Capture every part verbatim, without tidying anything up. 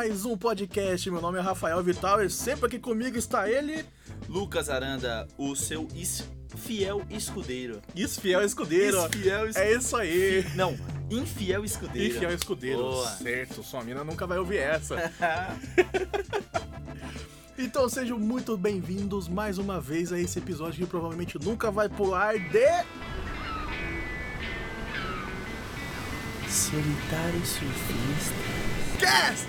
mais um podcast. Meu nome é Rafael Vital e sempre aqui comigo está ele... Lucas Aranda, o seu is- fiel escudeiro. Isfiel escudeiro. Isfiel escudeiro. É isso aí. Fi- Não, infiel escudeiro. Infiel escudeiro. Boa. Certo, sua mina nunca vai ouvir essa. Então sejam muito bem-vindos mais uma vez a esse episódio que provavelmente nunca vai pular de... Solitário surfista. Cast!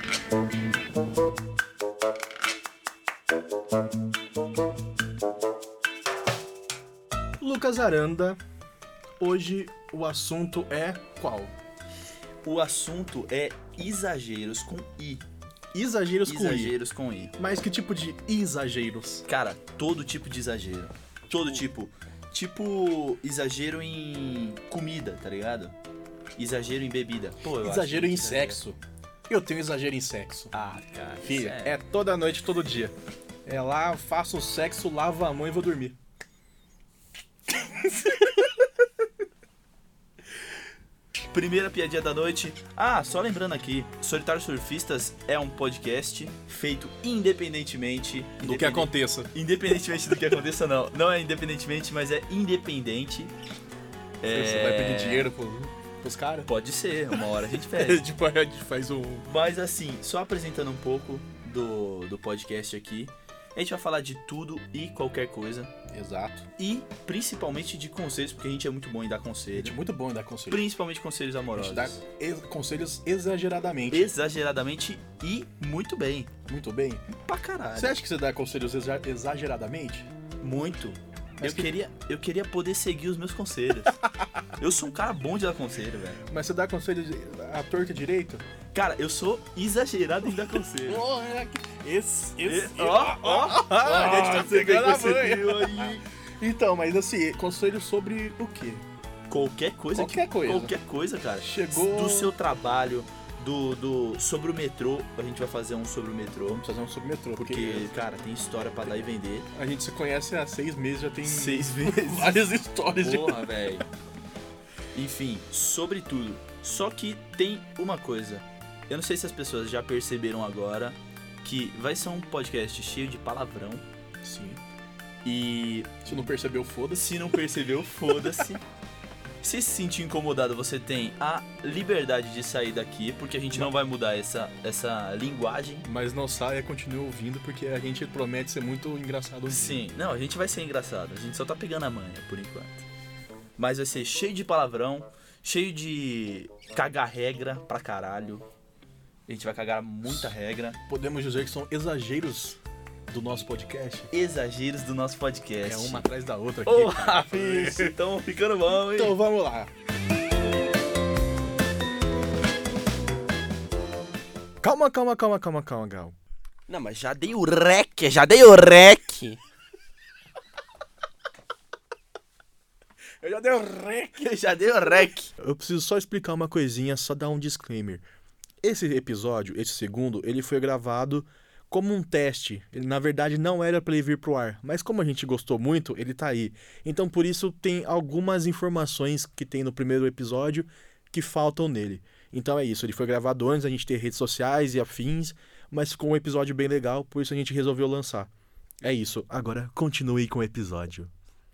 Lucas Aranda, hoje o assunto é qual? O assunto é exageros com I. Exageros com I. Exageros com I. Mas que tipo de exageros? Cara, todo tipo de exagero. Todo tipo. Tipo, exagero em comida, tá ligado? Exagero em bebida. Pô, eu Exagero acho em que sexo. Eu tenho exagero em sexo. Ah, cara. Filho, isso é toda noite, todo dia. É lá, faço o sexo, lavo a mão e vou dormir. Primeira piadinha da noite. Ah, só lembrando aqui, Solitários Surfistas é um podcast feito independentemente... Do que aconteça. Independentemente do que aconteça, não. Não é independentemente, mas é independente. Você É... vai pedir dinheiro pro, pros caras? Pode ser, uma hora a gente pede. Tipo, a gente faz um... Mas assim, só apresentando um pouco do, do podcast aqui, a gente vai falar de tudo e qualquer coisa. Exato. E principalmente de conselhos, porque a gente é muito bom em dar A conselho. gente é muito bom em dar conselho. Principalmente conselhos A amorosos. gente dá ex- conselhos exageradamente. Exageradamente e muito bem. Muito bem. Pra caralho. Você acha que você dá conselhos exa- exageradamente? Muito. Mas Eu, que- queria, eu queria poder seguir os meus conselhos. Eu sou um cara bom de dar conselho, velho. Mas você dá conselhos à torta e direito? Cara, eu sou exagerado em dar conselho. Esse, E- Ó, ó, ó, a gente tá você pegando ganha esse a manha. trio aí. Então, mas assim, conselhos sobre o quê? Qualquer coisa. Qualquer que, coisa. Qualquer coisa, cara. Chegou- Do seu trabalho, do, do sobre o metrô. A gente vai fazer um sobre o metrô. Vamos fazer um sobre metrô, porque, Porque, cara, tem história pra dar e vender. a gente se conhece há seis meses, já tem Seis vezes. várias histórias de... Porra, velho. Enfim, sobre tudo. Só que tem uma coisa. Eu não sei se as pessoas já perceberam agora que vai ser um podcast cheio de palavrão. Sim. E Se não percebeu, foda-se. se não percebeu, foda-se. Se se sentir incomodado, você tem a liberdade de sair daqui, porque a gente não vai mudar essa, essa linguagem. Mas não saia, continue ouvindo, porque a gente promete ser muito engraçado. um dia. Sim, não, a gente vai ser engraçado. A gente só tá pegando a manha, por enquanto. Mas vai ser cheio de palavrão, cheio de cagar regra pra caralho. A gente vai cagar muita regra. Podemos dizer que são exageros do nosso podcast. Exageros do nosso podcast. É uma atrás da outra aqui. Ô, cara. Rafa, isso, então ficando bom, hein? Então vamos lá. Calma, calma, calma, calma, calma, Gal. Não, mas já dei o rec, já dei o rec. Eu já dei o rec. Já deu rec. Eu preciso só explicar uma coisinha, só dar um disclaimer. Esse episódio, esse segundo, ele foi gravado como um teste. Ele, na verdade, não era pra ele vir pro ar. Mas como a gente gostou muito, ele tá aí. Então, por isso, tem algumas informações que tem no primeiro episódio que faltam nele. Então é isso, ele foi gravado antes da gente ter redes sociais e afins, mas ficou um episódio bem legal, por isso a gente resolveu lançar. É isso, agora continue com o episódio.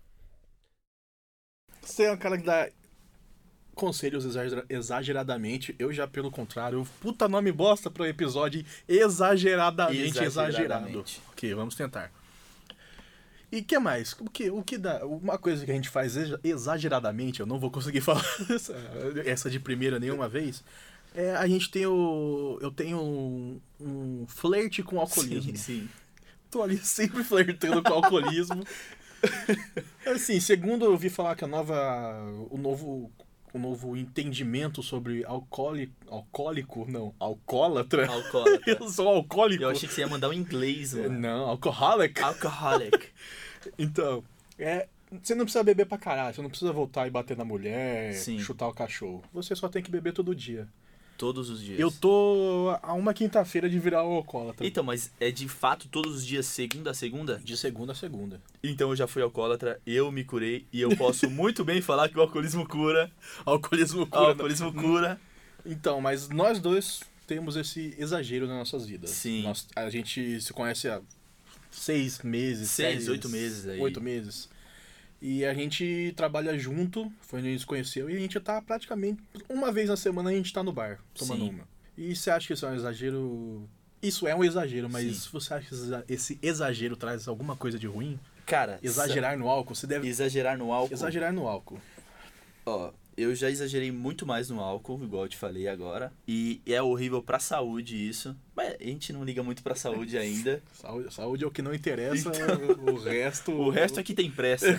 Você é um cara que dá conselhos exager- exageradamente, eu já pelo contrário, puta nome bosta pro episódio exageradamente, exagerado. Exageradamente. Ok, vamos tentar. E que mais? O que, o que dá? Uma coisa que a gente faz exa- exageradamente, eu não vou conseguir falar essa, essa de primeira nenhuma vez, é a gente tem o... eu tenho um, um flerte com alcoolismo. Sim, sim. Tô ali sempre flertando com alcoolismo. Assim, segundo eu ouvi falar que a nova... o novo... o novo entendimento sobre alcoólico... alcoólico? Não, alcoólatra. Alcoólatra. Eu sou alcoólico. Eu achei que você ia mandar um inglês, mano. Não, alcoholic. Alcoholic. Então, é... você não precisa beber pra caralho. Você não precisa voltar e bater na mulher, Sim. chutar o cachorro. Você só tem que beber todo dia. Todos os dias. Eu tô a uma quinta-feira de virar o alcoólatra. Então, mas é de fato todos os dias, segunda a segunda? De segunda a segunda. Então eu já fui alcoólatra, eu me curei e eu posso muito bem falar que o alcoolismo cura. Alcoolismo O cura. alcoolismo cura. Então, mas nós dois temos esse exagero nas nossas vidas. Sim. Nós, a gente se conhece há seis meses, Seis, sete, oito meses aí. Oito meses. E a gente trabalha junto, foi onde a gente se conheceu, e a gente tá praticamente, uma vez na semana a gente tá no bar, tomando Sim. uma. E você acha que isso é um exagero? Isso é um exagero, mas Sim. você acha que esse exagero traz alguma coisa de ruim? Cara, Exagerar no álcool, você sa- deve exagerar no álcool. exagerar no álcool. Ó, eu já exagerei muito mais no álcool, igual eu te falei agora. E é horrível pra saúde isso. Mas a gente não liga muito pra saúde ainda. Saúde, saúde é o que não interessa, o resto... O resto é que tem pressa.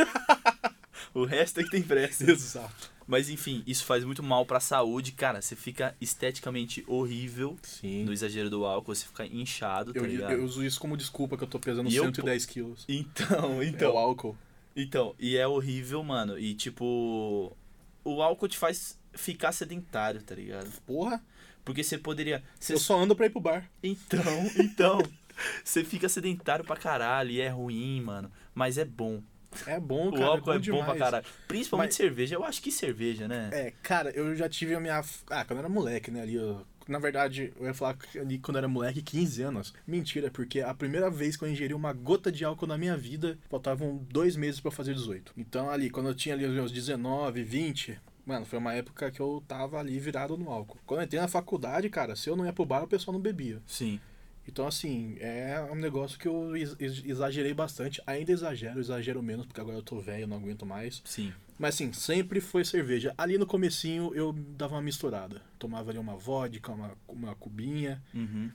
O resto é que tem pressa. Exato. Mas enfim, isso faz muito mal pra saúde. Cara, você fica esteticamente horrível Sim. no exagero do álcool. Você fica inchado, tá Eu, ligado? eu uso isso como desculpa que eu tô pesando E eu, cento e dez quilos. Então, É então. o álcool. Então, e é horrível, mano. E tipo, o álcool te faz ficar sedentário, tá ligado? Porra, Porque você poderia. Você... eu só ando pra ir pro bar. Então, então. Você fica sedentário pra caralho e é ruim, mano. Mas é bom. É bom, O cara. álcool é bom, bom pra demais. caralho. Principalmente Mas- cerveja. Eu acho que cerveja, né? É, cara, eu já tive a minha... Ah, quando eu era moleque, né, ali... Eu... Na verdade, eu ia falar que ali quando eu era moleque, quinze anos. Mentira, porque a primeira vez que eu ingeri uma gota de álcool na minha vida, faltavam dois meses pra eu fazer dezoito. Então ali, quando eu tinha ali os meus dezenove, vinte... Mano, foi uma época que eu tava ali virado no álcool. Quando eu entrei na faculdade, cara, se eu não ia pro bar, o pessoal não bebia. Sim. Então, assim, é um negócio que eu ex- ex- exagerei bastante. Ainda exagero, exagero menos, porque agora eu tô velho, não aguento mais. Sim. Mas, assim, sempre foi cerveja. Ali no comecinho, eu dava uma misturada. Tomava ali uma vodka, uma, uma cubinha, Uhum.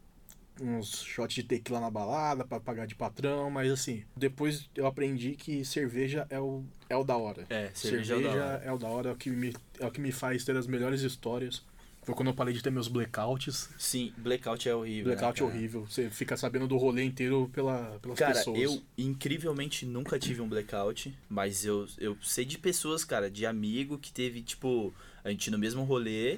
uns shots de tequila na balada pra pagar de patrão. Mas, assim, depois eu aprendi que cerveja é o, é o da hora. É, Cerveja, cerveja, é o da hora. é o da hora, é o, que me, é o que me faz ter as melhores histórias. Foi quando eu parei de ter meus blackouts. Sim, blackout é horrível. Blackout né, é cara? horrível. Você fica sabendo do rolê inteiro pela, pelas Cara, pessoas. eu incrivelmente nunca tive um blackout, mas eu, eu sei de pessoas, cara, de amigo que teve, tipo, a gente no mesmo rolê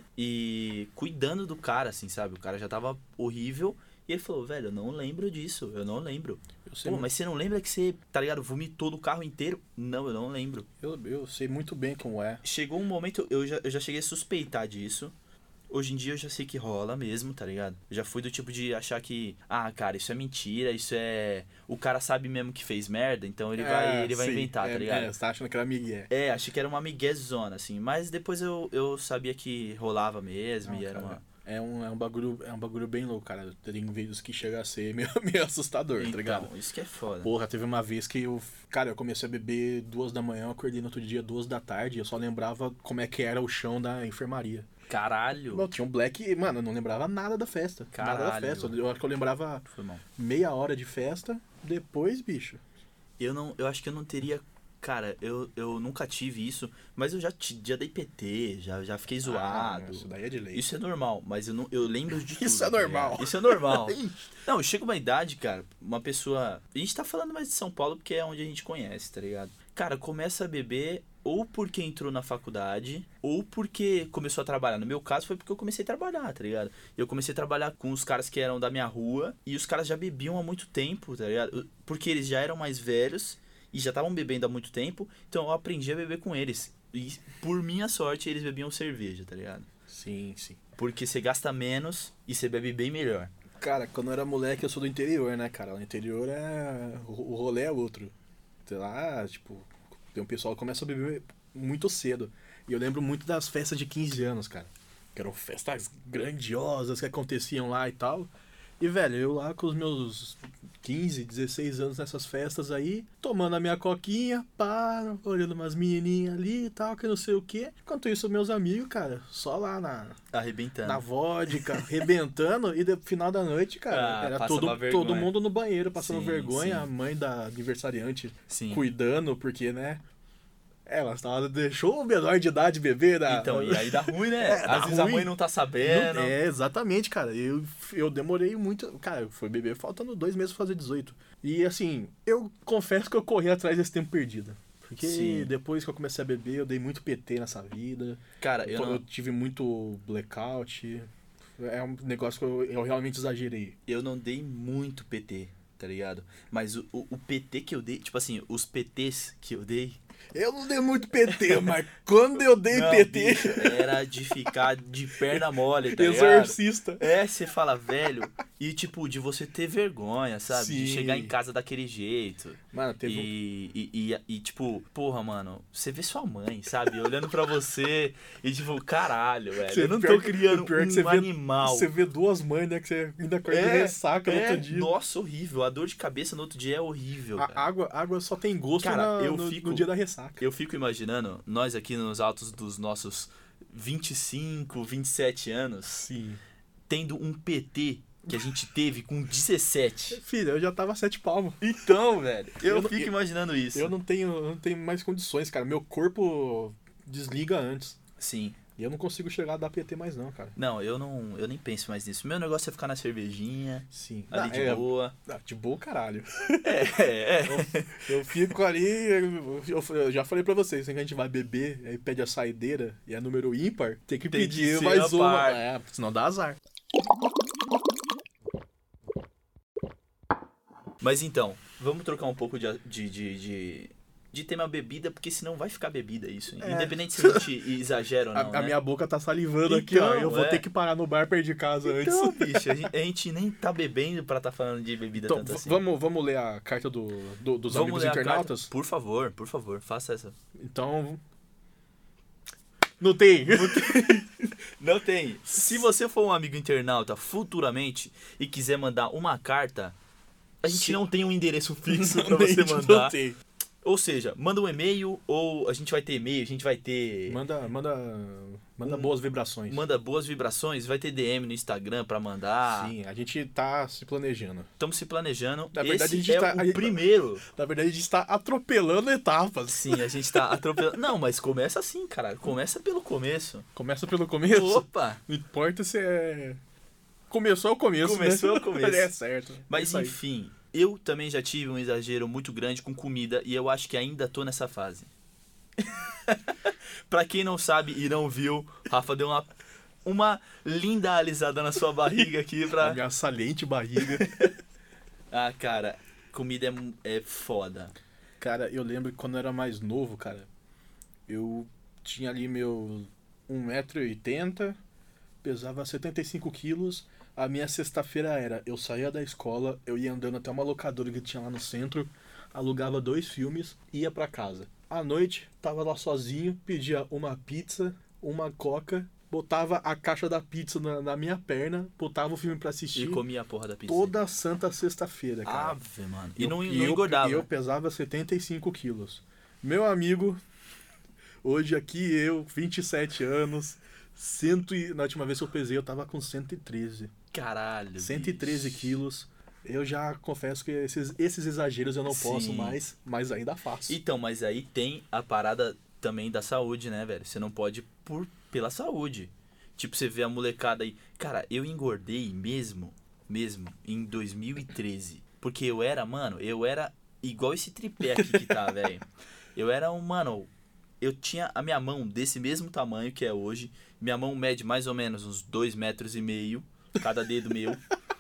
e cuidando do cara, assim, sabe? O cara já tava horrível e ele falou, velho, eu não lembro disso, eu não lembro. Eu sei, Pô, mas você não lembra que você, tá ligado, vomitou no carro inteiro? Não, eu não lembro. eu, eu sei muito bem como é. Chegou um momento, eu já, eu já cheguei a suspeitar disso. Hoje em dia eu já sei que rola mesmo, tá ligado? Eu já fui do tipo de achar que, ah, cara, isso é mentira, isso é... O cara sabe mesmo que fez merda, então ele vai, ele vai sim, inventar, é, tá ligado? É, você tá achando que era Miguel. É, achei que era uma miguezona, assim. Mas depois eu, eu sabia que rolava mesmo Não, e era cara, uma... É um, é, um bagulho, é um bagulho bem louco, cara. Tem vezes que chega a ser meio, meio assustador, tá ligado? Então, isso que é foda. Porra, teve uma vez que eu... Cara, eu comecei a beber duas da manhã, eu acordei no outro dia duas da tarde, e eu só lembrava como é que era o chão da enfermaria. Caralho. Eu tinha um black... Mano, eu não lembrava nada da festa. Nada da Caralho. festa. Eu acho que eu lembrava Foi mal. meia hora de festa, depois, bicho... Eu não, eu acho que eu não teria... Cara, eu, eu nunca tive isso, mas eu já, ti- já dei P T, já, já fiquei zoado. Ah, isso daí é de lei. Isso é normal, mas eu, não, eu lembro de tudo. Isso é tá normal. ligado? Isso é normal. Não, chega uma idade, cara, uma pessoa... A gente tá falando mais de São Paulo porque é onde a gente conhece, tá ligado? Cara, começa a beber ou porque entrou na faculdade, ou porque começou a trabalhar. No meu caso foi porque eu comecei a trabalhar, tá ligado? Eu comecei a trabalhar com os caras que eram da minha rua, e os caras já bebiam há muito tempo, tá ligado? Porque eles já eram mais velhos e já estavam bebendo há muito tempo, então eu aprendi a beber com eles. E por minha sorte, eles bebiam cerveja, tá ligado? Sim, sim. Porque você gasta menos e você bebe bem melhor. Cara, quando eu era moleque, eu sou do interior, né, cara? O interior é... O o rolê é outro. Sei lá, tipo... Tem um pessoal que começa a beber muito cedo. E eu lembro muito das festas de quinze anos, cara. Que eram festas grandiosas que aconteciam lá e tal. E, velho, eu lá com os meus quinze, dezesseis anos nessas festas aí, tomando a minha coquinha, pá, olhando umas menininhas ali e tal, que não sei o quê. Enquanto isso, meus amigos, cara, só lá na, Arrebentando. na vodka, arrebentando, e no final da noite, cara, Ah, era passava todo, vergonha. todo mundo no banheiro passando Sim, vergonha, sim. a mãe da aniversariante Sim. cuidando, porque, né, ela tava, deixou o menor de idade beber, né? Então, e aí dá ruim, né? É, dá Às vezes a ruim. mãe não tá sabendo. Não- É, exatamente, cara. Eu, eu demorei muito. Cara, eu fui beber faltando dois meses pra fazer dezoito. E assim, eu confesso que eu corri atrás desse tempo perdido. Porque Sim. depois que eu comecei a beber, eu dei muito P T nessa vida. Cara, eu eu, não, tive muito blackout. É um negócio que eu, eu realmente exagerei. eu não dei muito P T, tá ligado? Mas o, o, o P T que eu dei, tipo assim, os P Ts que eu dei, Eu não dei muito P T, mas quando eu dei Não, P T... bicho, era de ficar de perna mole, tá ligado? Exorcista. É, você fala, velho, e tipo, de você ter vergonha, sabe? De Sim. chegar em casa daquele jeito. Mano, teve um... E, e, e, e, tipo, porra, mano, você vê sua mãe, sabe? Olhando pra você e tipo, caralho, velho. Você- eu não pior tô que- criando pior que um você vê- animal. Você vê duas mães, né? Que você ainda acorda de ressaca no é, outro dia. Nossa, horrível. A dor de cabeça no outro dia é horrível, A cara. água, água só tem gosto Cara, na- eu no, fico- no dia da ressaca. Eu fico imaginando, nós aqui nos altos dos nossos vinte e cinco, vinte e sete anos, Sim. tendo um P T que a gente teve com dezessete. Filho, eu já tava sete palmos. Então, velho, eu, Eu não- fico eu- imaginando isso. Eu não tenho, eu não tenho mais condições, cara. Meu corpo desliga antes. Sim. E eu não consigo chegar a dar P T mais não, cara. Não, eu não, eu nem penso mais nisso. Meu negócio é ficar na cervejinha, Sim. ali Ah, de é, boa. ah, de boa, caralho. É, é. Eu fico ali, eu, eu- eu já falei pra vocês, quando a gente vai beber, aí pede a saideira e é número ímpar, tem que Tem que pedir ser mais a uma. par. É, senão dá azar. Mas então, vamos trocar um pouco de, de, de, de, de tema bebida, porque senão vai ficar bebida isso. É. Independente se a gente exagera ou A, não, a né? minha boca tá salivando aqui, ó. Então, Eu vou é. ter que parar no bar perto de casa Então, antes. bicho, a gente, a gente nem tá bebendo pra tá falando de bebida Então, tanto v- assim. vamos, vamos ler a carta do, do- dos Vamos amigos ler a internautas? carta? Por favor, por favor, faça essa. Então. Não tem. Não tem. Se você for um amigo internauta futuramente e quiser mandar uma carta, a gente Sim. não tem um endereço fixo pra Não tem, você não mandar. tem. Ou seja, manda um e-mail ou a gente vai ter e-mail, a gente vai ter... Manda, manda, manda Um- boas vibrações. Manda boas vibrações, vai ter D M no Instagram pra mandar. Sim, a gente tá se planejando. Estamos se planejando. Na verdade, Esse a gente é tá- o a gente- primeiro. Na verdade, a gente tá atropelando etapas. Sim, a gente tá atropelando. Não, mas começa assim, cara. Começa pelo começo. Começa pelo começo. Opa! Não importa se é. Começou o começo. Começou né? o começo. É certo. É Mas isso aí. enfim, eu também já tive um exagero muito grande com comida e eu acho que ainda tô nessa fase. Pra quem não sabe e não viu, Rafa deu uma, uma linda alisada na sua barriga aqui A pra... minha saliente barriga. Ah, cara, comida é, mu- é foda. Cara, eu lembro que quando eu era mais novo, cara, eu tinha ali meu um metro e oitenta, pesava setenta e cinco quilos. A minha sexta-feira era, eu saía da escola, eu ia andando até uma locadora que tinha lá no centro, alugava dois filmes, ia pra casa. À noite, tava lá sozinho, pedia uma pizza, uma coca, botava a caixa da pizza na, na minha perna, botava o filme pra E assistir comia a porra da pizza. toda santa sexta-feira, cara. Ave, mano. E Eu- não, e não eu, engordava. Eu pesava setenta e cinco quilos. Meu amigo, hoje aqui eu, vinte e sete anos, cento e... na última vez que eu pesei eu tava com cento e treze. Caralho. cento e treze bicho. quilos. Eu já confesso que esses, esses exageros eu não posso Sim. mais, mas ainda faço. Então, mas aí tem a parada também da saúde, né, velho? Você não pode por pela saúde. Tipo, você vê a molecada aí. Cara, eu engordei mesmo, mesmo, em dois mil e treze. Porque eu era, mano, eu era igual esse tripé aqui que tá, velho. Eu era um, mano, eu tinha a minha mão desse mesmo tamanho que é hoje. Minha mão mede mais ou menos uns dois metros e meio, cada dedo meu.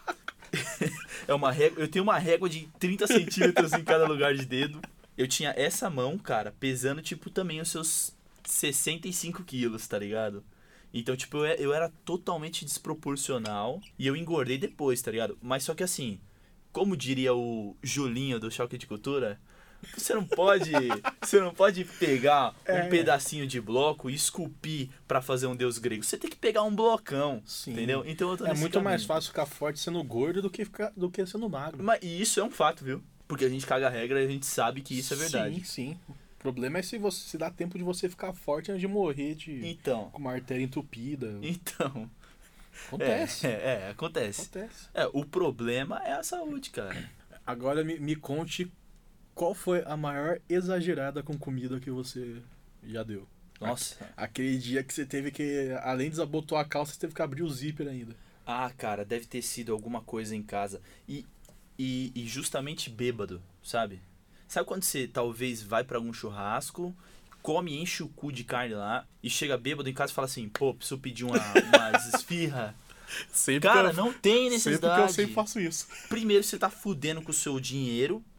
É uma régua, eu tenho uma régua de trinta centímetros em cada lugar de dedo. Eu tinha essa mão, cara, pesando, tipo, também os seus sessenta e cinco quilos, tá ligado? Então, tipo, eu, eu era totalmente desproporcional e eu engordei depois, tá ligado? Mas só que assim, como diria o Julinho do Choque de Cultura, você não pode, você não pode pegar um É. pedacinho de bloco e esculpir pra fazer um deus grego. Você tem que pegar um blocão, Sim. entendeu? Então eu tô É nesse muito mais caminho. fácil ficar forte sendo gordo do que, ficar, do que sendo magro. Mas, e isso é um fato, viu? Porque a gente caga a regra e a gente sabe que isso é verdade. Sim, sim. O problema é se, você, se dá tempo de você ficar forte antes de morrer de, Então, com uma artéria entupida. então. Acontece. É, é, é, acontece. Acontece. É, o problema é a saúde, cara. Agora me, me conte qual foi a maior exagerada com comida que você já deu. Nossa. Aquele dia que você teve que, além de desabotoar a calça, você teve que abrir o zíper ainda. Ah, cara, deve ter sido alguma coisa em casa. E, e, e justamente bêbado, sabe? Sabe quando você talvez vai pra algum churrasco, come, enche o cu de carne lá, e chega bêbado em casa e fala assim, pô, preciso pedir uma, umas esfirra. Sempre Cara, que eu, não tem sempre que eu necessidade. sempre faço isso. Primeiro, você tá fudendo com o seu dinheiro,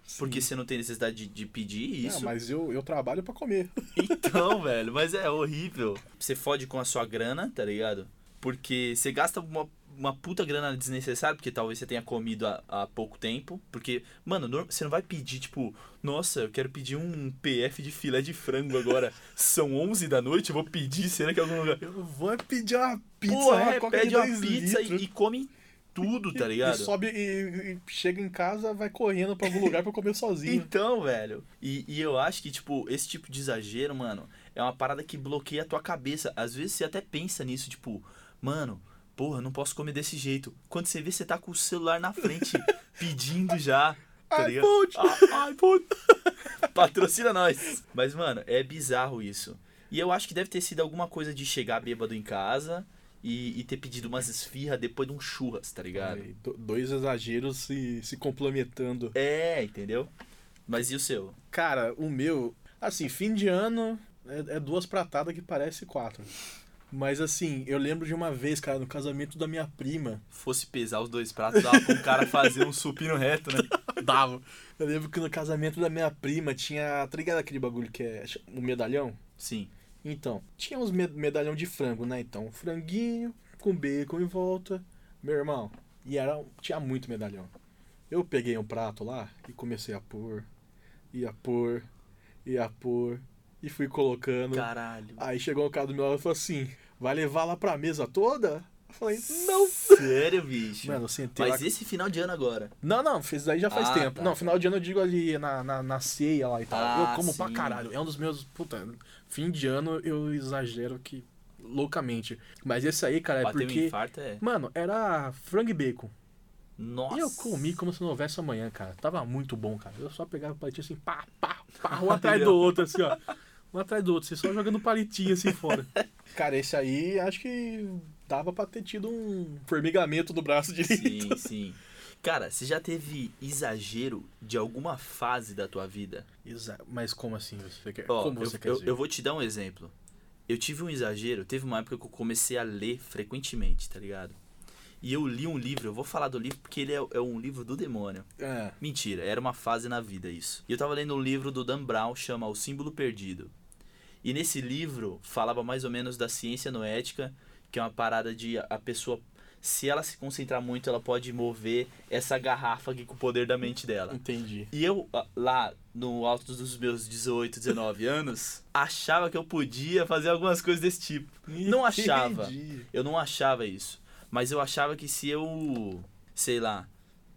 porque você não tem necessidade de, de pedir isso. Não, mas eu, eu trabalho pra comer. Então, velho, mas é horrível. Você fode com a sua grana, tá ligado? Porque você gasta uma, uma puta grana desnecessária, porque talvez você tenha comido há, há pouco tempo. Porque, mano, no- você não vai pedir, tipo, nossa, eu quero pedir um P F de filé de frango agora. São onze da noite, eu vou pedir, será que é algum lugar? Eu vou pedir uma pizza, Porra, uma é, coca de pede uma dois pizza e, litros. e come tudo, tá ligado? E sobe e, e chega em casa, vai correndo pra algum lugar pra comer sozinho. Então, velho. E, e eu acho que, tipo, esse tipo de exagero, mano, é uma parada que bloqueia a tua cabeça. Às vezes você até pensa nisso, tipo, mano, porra, não posso comer desse jeito. Quando você vê, você tá com o celular na frente, pedindo já. Tá ligado? iFood! Ah, iFood! Patrocina nós! Mas, mano, é bizarro isso. E eu acho que deve ter sido alguma coisa de chegar bêbado em casa e, e ter pedido umas esfirras depois de um churras, tá ligado? Ai, do- dois exageros se, se complementando. É, entendeu? Mas e o seu? Cara, o meu, assim, fim de ano é, é duas pratadas que parece quatro. Mas assim, eu lembro de uma vez, cara, no casamento da minha prima. Fosse pesar os dois pratos, dava pra um cara fazer um supino reto, né? Dava. Eu lembro que no casamento da minha prima tinha, tá ligado aquele bagulho que é o medalhão? Sim. Então, tinha uns med- medalhão de frango, né? Então, franguinho com bacon em volta. Meu irmão, e era, tinha muito medalhão. Eu peguei um prato lá e comecei a pôr, ia pôr, ia pôr, e fui colocando. Caralho. Aí chegou um cara do meu lado e falou assim, vai levar lá pra mesa toda? Eu falei, não. Sério, bicho? Mano, eu sentei Mas lá... esse final de ano agora. Não, não, fez daí já faz Ah, tempo. tá. Não, final de ano eu digo ali na, na, na ceia lá e tal. Ah, eu como pra sim. caralho. É um dos meus. Puta, fim de ano eu exagero que. Loucamente. Mas esse aí, cara, é Bateu um porque. infarto, é. Mano, era frango e bacon. Nossa. E eu comi como se não houvesse amanhã, cara. Tava muito bom, cara. Eu só pegava o palitinho assim, pá, pá, pá, um atrás do outro, assim, ó. Um atrás do outro, você só jogando palitinho assim fora. Cara, esse aí acho que dava pra ter tido um formigamento do braço direito. Sim, sim. Cara, você já teve exagero de alguma fase da tua vida? Exa- Mas como assim você quer? Ó, como eu, você quer eu, dizer? eu vou te dar um exemplo. Eu tive um exagero, teve uma época que eu comecei a ler frequentemente, tá ligado? E eu li um livro, eu vou falar do livro porque ele é, é um livro do demônio. É. Mentira, era uma fase na vida isso. E eu tava lendo um livro do Dan Brown, chama O Símbolo Perdido. E nesse livro falava mais ou menos da ciência noética, que é uma parada de a pessoa, se ela se concentrar muito, ela pode mover essa garrafa aqui com o poder da mente dela. Entendi. E eu, ah, lá no alto dos meus dezoito, dezenove anos, achava que eu podia fazer algumas coisas desse tipo. Não achava. Entendi. Eu não achava isso. Mas eu achava que se eu, sei lá,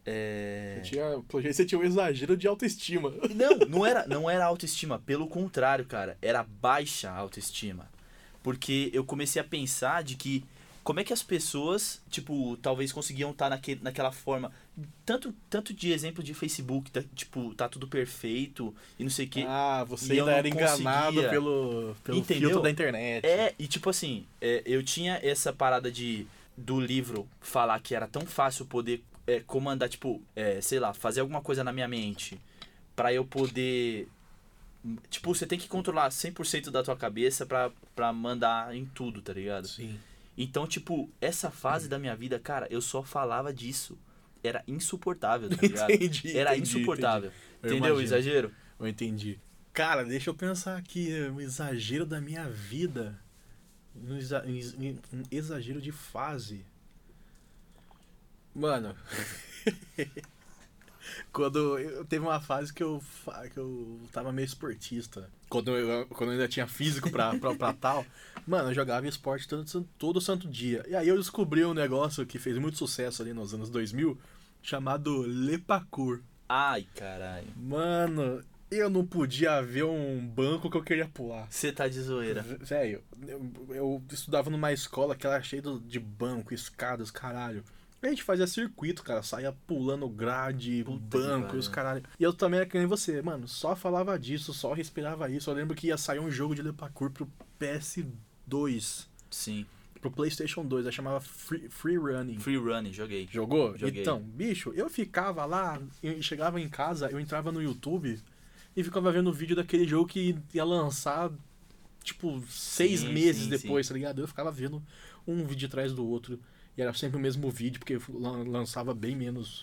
é... Você tinha, pelo jeito você tinha um exagero de autoestima. Não, não era, não era autoestima. Pelo contrário, cara. Era baixa autoestima. Porque eu comecei a pensar de que como é que as pessoas, tipo, talvez conseguiam estar naquele, naquela forma. Tanto, tanto de exemplo de Facebook, tá, tipo, tá tudo perfeito e não sei o quê. Ah, você E eu ainda não era enganado conseguia. pelo, pelo Entendeu? filtro da internet. É, e tipo assim, é, eu tinha essa parada de do livro falar que era tão fácil poder é, comandar, tipo, é, sei lá, fazer alguma coisa na minha mente pra eu poder. Tipo, você tem que controlar cem por cento da tua cabeça pra, pra mandar em tudo, tá ligado? Sim. Então, tipo, essa fase da minha vida, cara, eu só falava disso. Era insuportável, tá ligado? Entendi. Era entendi, insuportável. entendi. Eu Entendeu o imagino. exagero? Eu entendi. Cara, deixa eu pensar aqui. Um exagero da minha vida. Um, exa- um exagero de fase. Mano. Quando eu teve uma fase que eu, fa- que eu tava meio esportista. Quando eu, quando eu ainda tinha físico pra, pra, pra tal. Mano, eu jogava esporte todo, todo santo dia. E aí eu descobri um negócio que fez muito sucesso ali nos anos dois mil, chamado Lepacur. Ai, caralho. Mano, eu não podia ver um banco que eu queria pular. Você tá de zoeira. V- Velho, eu, eu estudava numa escola que era cheia do- de banco, escadas, caralho. A gente fazia circuito, cara, saía pulando grade, Puta que banco, pariu. os caralho. E eu também era que nem você, mano, só falava disso, só respirava isso. Eu lembro que ia sair um jogo de Lepacur pro P S dois, Sim. pro PlayStation dois, aí chamava Free, Free Running. Free Running, joguei. Jogou? Joguei. Então, bicho, eu ficava lá, eu chegava em casa, eu entrava no YouTube e ficava vendo o vídeo daquele jogo que ia lançar, tipo, seis Sim, meses sim, depois, tá ligado? Eu ficava vendo um vídeo atrás do outro e era sempre o mesmo vídeo, porque lan- lançava bem menos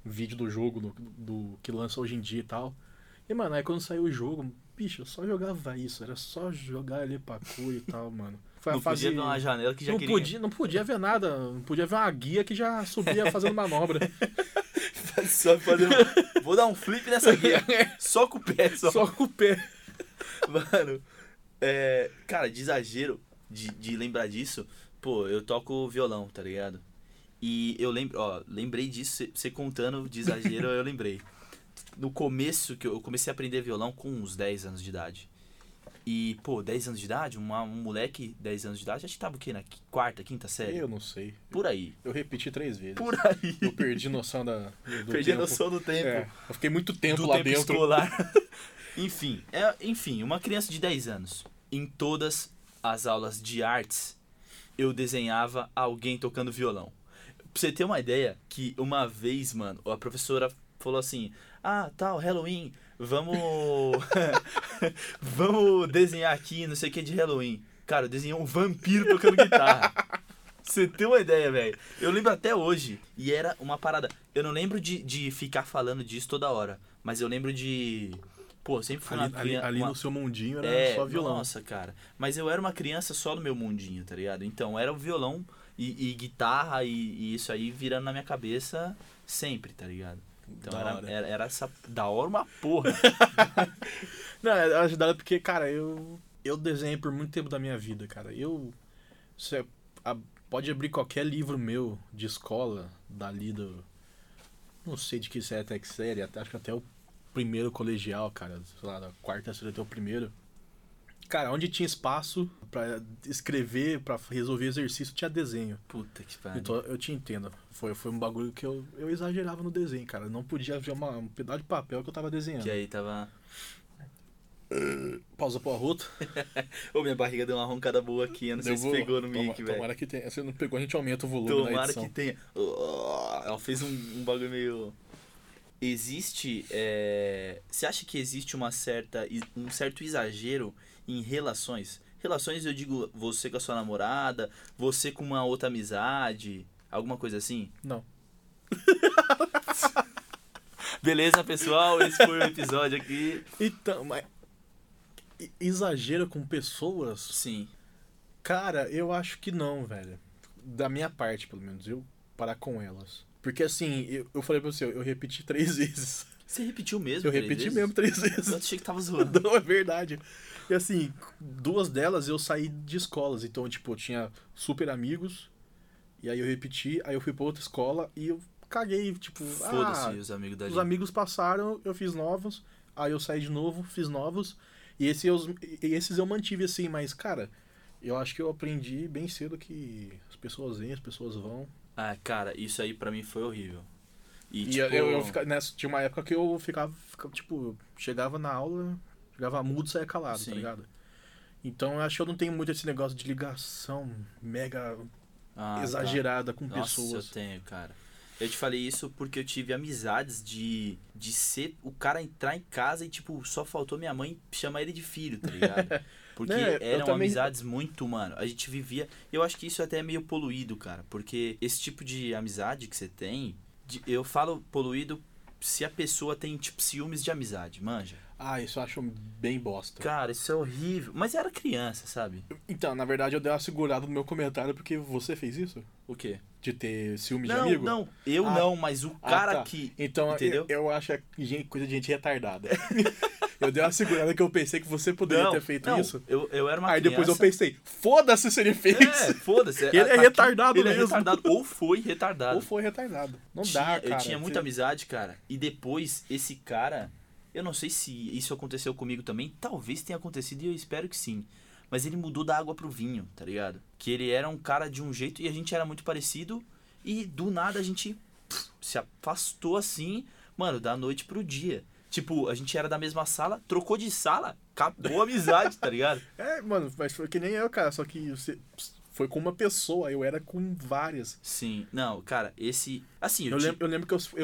vídeo do jogo do, do que lança hoje em dia e tal. E, mano, aí quando saiu o jogo, bicho, eu só jogava isso. Era só jogar ali pacu e tal, mano. Foi a Não fase... podia ver uma janela que já não queria... podia, não podia ver nada. Não podia ver uma guia que já subia fazendo manobra. Só fazer um... Vou dar um flip nessa guia. Só com o pé, só. Só com o pé. Mano, é... Cara, de exagero, de, de lembrar disso, pô, eu toco violão, tá ligado? E eu lembro, ó, lembrei disso, você contando de exagero, eu lembrei. No começo, que eu comecei a aprender violão com uns dez anos de idade. E, pô, dez anos de idade, uma, um moleque, dez anos de idade, acho que tava o quê? Na quarta, quinta série? Eu não sei. Por aí. Eu repeti três vezes. Por aí. Eu perdi noção da, do Perdi a tempo. noção do tempo. É, eu fiquei muito tempo do lá tempo dentro. escolar. enfim, é, enfim, uma criança de dez anos. Em todas as aulas de artes, eu desenhava alguém tocando violão. Pra você ter uma ideia, que uma vez, mano, a professora falou assim, ah, tal, Halloween, vamos vamos desenhar aqui, não sei o que, de Halloween. Cara, eu desenhei um vampiro tocando guitarra. Você tem uma ideia, velho. Eu lembro até hoje. E era uma parada. Eu não lembro de, de ficar falando disso toda hora. Mas eu lembro de... Pô, sempre fui Ali, uma ali, criança... ali uma... no seu mundinho era é, só violão. Nossa, cara. Mas eu era uma criança só no meu mundinho, tá ligado? Então era o violão e, e guitarra e, e isso aí virando na minha cabeça sempre, tá ligado? Então Da era, hora. era, era essa... Da hora uma porra. Não, é ajudado porque, cara, eu, eu desenhei por muito tempo da minha vida, cara. Eu... Você a, pode abrir qualquer livro meu de escola, dali do... Não sei de que série até que série, até, acho que até o primeiro colegial, cara. Sei lá, da quarta série até o primeiro. Cara, onde tinha espaço pra escrever, pra resolver exercício, tinha desenho. Puta que pariu. Então eu te entendo. Foi, foi um bagulho que eu, eu exagerava no desenho, cara. Eu não podia ver uma, um pedaço de papel que eu tava desenhando. Que aí tava... Pausa pro arroto. Ô, minha barriga deu uma roncada boa aqui. Eu não sei Eu se vou- pegou no toma- mic, velho. Tomara que tenha. Se não pegou, a gente aumenta o volume na Tomara edição. que tenha. Ela fez um, um bagulho meio... Existe... é, Você acha que existe uma certa, um certo exagero em relações? Relações, eu digo, você com a sua namorada, você com uma outra amizade, alguma coisa assim? Não. Beleza, pessoal? Esse foi o episódio aqui. Então, mas... e- Exagero com pessoas? Sim. Cara, eu acho que não, velho. Da minha parte, pelo menos. Eu parar com elas. Porque assim, eu, eu falei pra você, eu repeti três vezes. Você repetiu mesmo? Eu três repeti vezes? mesmo três Eu vezes. achei que tava zoando. Não, é verdade. E assim, duas delas eu saí de escolas. Então, tipo, eu tinha super amigos. E aí eu repeti, aí eu fui pra outra escola e eu caguei, tipo... Foda-se ah, os amigos da os gente. amigos passaram, eu fiz novos. Aí eu saí de novo, fiz novos. E, esse eu, e esses eu mantive assim, mas, cara... Eu acho que eu aprendi bem cedo que as pessoas vêm, as pessoas vão. Ah, cara, isso aí pra mim foi horrível. E, E, tipo... eu, eu ficava, nessa, tinha uma época que eu ficava, ficava, tipo, chegava na aula, chegava mudo e saia calado, Sim. tá ligado? Então eu acho que eu não tenho muito esse negócio de ligação mega Ah, tá. exagerada com Nossa, pessoas. eu tenho, cara. Eu te falei isso porque eu tive amizades de, de ser o cara entrar em casa e, tipo, só faltou minha mãe chamar ele de filho, tá ligado? Porque Né, eu eram também- amizades muito, mano. A gente vivia. Eu acho que isso até é meio poluído, cara. Porque esse tipo de amizade que você tem. de- eu falo poluído se a pessoa tem, tipo, ciúmes de amizade, manja. Ah, isso eu acho bem bosta. Cara, isso é horrível. Mas era criança, sabe? Então, na verdade, eu dei uma segurada no meu comentário porque você fez isso? O quê? De ter ciúme de Não, amigo? não. Eu Ah, não, mas o Ah, cara tá. que. Então, Entendeu? eu, eu acho é gente- coisa de gente retardada. Eu dei uma segurada que eu pensei que você poderia Não, ter feito não, isso. Eu, eu era uma Aí criança. depois eu pensei, foda-se se ele fez. É, foda-se. Ele é Aqui- retardado ele mesmo. é retardado. Ou foi retardado. Ou foi retardado. Não Tinha- dá, cara. Eu tinha muita Você- amizade, cara. E depois, esse cara... Eu não sei se isso aconteceu comigo também. Talvez tenha acontecido e eu espero que sim. Mas ele mudou da água pro vinho, tá ligado? Que ele era um cara de um jeito e a gente era muito parecido. E do nada a gente pff, se afastou assim, mano, da noite pro dia. Tipo, a gente era da mesma sala, trocou de sala, acabou a amizade, tá ligado? É, mano, mas foi que nem eu, cara. Só que você foi com uma pessoa, eu era com várias. Sim. Não, cara, esse... Assim, eu, Eu te- lembro, eu lembro que eu, eu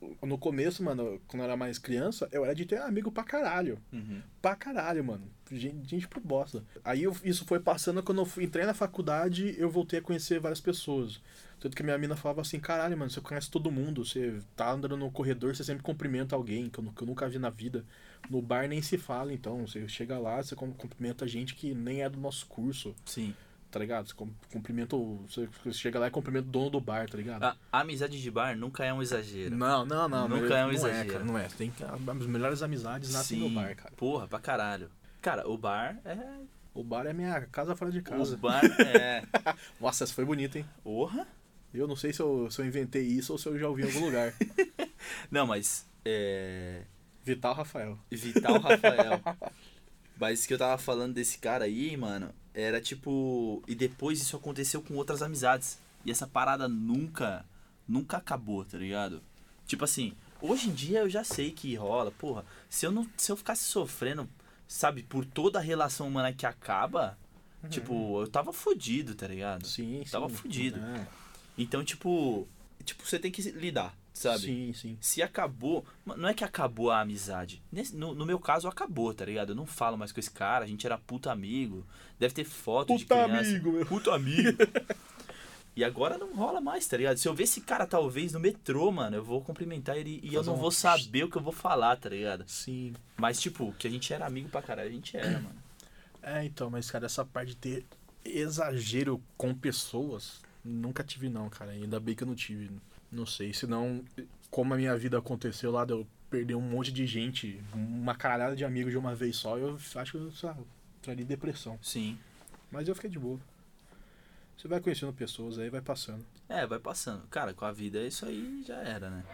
no começo, mano, quando eu era mais criança, eu era de ter amigo pra caralho. Uhum. Pra caralho, mano. Gente, gente pro bosta. Aí eu, isso foi passando, quando eu fui, entrei na faculdade, eu voltei a conhecer várias pessoas. Tanto que minha mina falava assim, caralho, mano, você conhece todo mundo, você tá andando no corredor, você sempre cumprimenta alguém, que eu, que eu nunca vi na vida. No bar nem se fala, então. Você chega lá, você cumprimenta gente que nem é do nosso curso. Sim. Tá ligado? Você cumprimenta o. Você chega lá e cumprimenta o dono do bar, tá ligado? A, a amizade de bar nunca é um exagero. Não, não, não. Nunca não, é um não exagero. É, cara, não é. Tem que, as melhores amizades nascem Sim, no bar, cara. Porra, pra caralho. Cara, o bar é. O bar é minha casa fora de casa. O bar é. Nossa, essa foi bonita, hein? Porra? Eu não sei se eu, se eu inventei isso ou se eu já ouvi em algum lugar. Não, mas. É. Vital Rafael. Vital Rafael. Mas que eu tava falando desse cara aí, mano, era tipo. E depois isso aconteceu com outras amizades. E essa parada nunca. Nunca acabou, tá ligado? Tipo assim, hoje em dia eu já sei que rola. Porra, se eu, não, se eu ficasse sofrendo, sabe, por toda a relação humana que acaba, uhum. tipo, eu tava fudido, tá ligado? Sim, sim. Tava fudido. É. Então, tipo. Tipo, você tem que lidar. Sabe? Sim, sim. Se acabou... Não é que acabou a amizade. Nesse, no, no meu caso, acabou, tá ligado? Eu não falo mais com esse cara. A gente era puta amigo. Deve ter foto puta de criança. amigo, meu. Puta amigo. E agora não rola mais, tá ligado? Se eu ver esse cara, talvez, no metrô, mano, eu vou cumprimentar ele e eu não um... vou saber o que eu vou falar, tá ligado? Sim. Mas, tipo, que a gente era amigo pra caralho, a gente era, mano. É, então, mas, cara, essa parte de ter exagero com pessoas, nunca tive, não, cara. Ainda bem que eu não tive. Não sei, senão, como a minha vida aconteceu lá, de eu perder um monte de gente, uma caralhada de amigos de uma vez só, eu acho que eu, sei lá, traria depressão. Sim. Mas eu fiquei de boa. Você vai conhecendo pessoas aí, vai passando. É, vai passando. Cara, com a vida isso aí já era, né?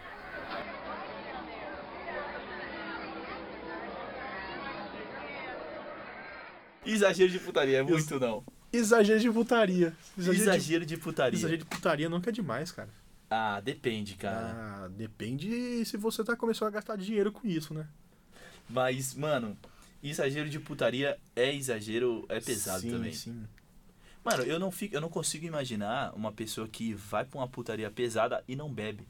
Exagero de putaria, é muito não. Exagero de putaria. Exagero, exagero de... de putaria. Exagero de putaria nunca é demais, cara. Ah, depende, cara. Ah, depende se você tá começando a gastar dinheiro com isso, né? Mas, mano, exagero de putaria é exagero, é pesado sim, também. Sim, sim. Mano, eu não, fico, eu não consigo imaginar uma pessoa que vai pra uma putaria pesada e não bebe.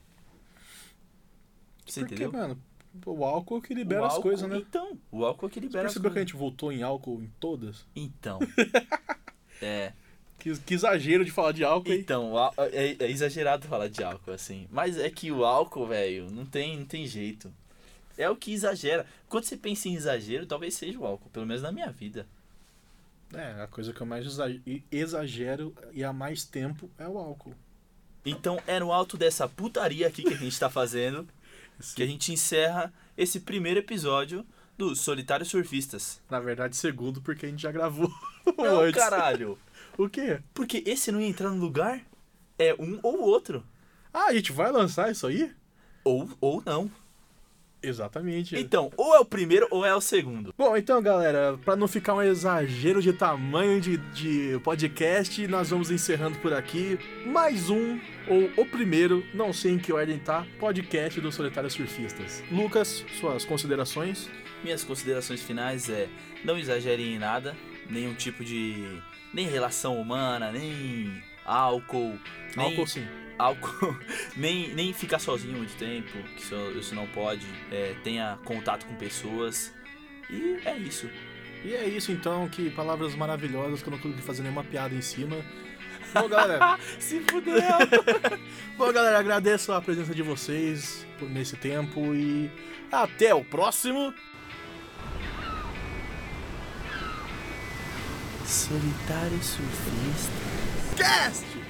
Você Porque, entendeu? Mano, o álcool que libera o álcool, as coisas, né? Então, o álcool é que libera Você as percebeu que a coisas. gente voltou em álcool em todas? Então. é... Que, que exagero de falar de álcool aí. Então, é, é exagerado falar de álcool, assim. Mas é que o álcool, velho, não tem, não tem jeito. É o que exagera. Quando você pensa em exagero, talvez seja o álcool. Pelo menos na minha vida. É, a coisa que eu mais exagero e há mais tempo é o álcool. Então, é no alto dessa putaria aqui que a gente tá fazendo Sim. que a gente encerra esse primeiro episódio do Solitários Surfistas. Na verdade, segundo, porque a gente já gravou Não, antes. caralho. O quê? Porque esse não ia entrar no lugar? É um ou outro. Ah, a gente vai lançar isso aí? Ou, ou não. Exatamente. Então, ou é o primeiro ou é o segundo. Bom, então, galera, pra não ficar um exagero de tamanho de, de podcast, nós vamos encerrando por aqui mais um, ou o primeiro, não sei em que ordem tá, podcast do Solitários Surfistas. Lucas, suas considerações? Minhas considerações finais é: não exagerem em nada, nenhum tipo de... nem relação humana, nem álcool. Nem... Álcool sim. Álcool, nem, nem ficar sozinho muito tempo, que isso, isso não pode. É, tenha contato com pessoas. E é isso. E é isso então, que palavras maravilhosas que eu não consegui fazer nenhuma piada em cima. Bom, galera. Se fudeu! Bom, galera, agradeço a presença de vocês por nesse tempo e até o próximo. Solitário Surfista Cast!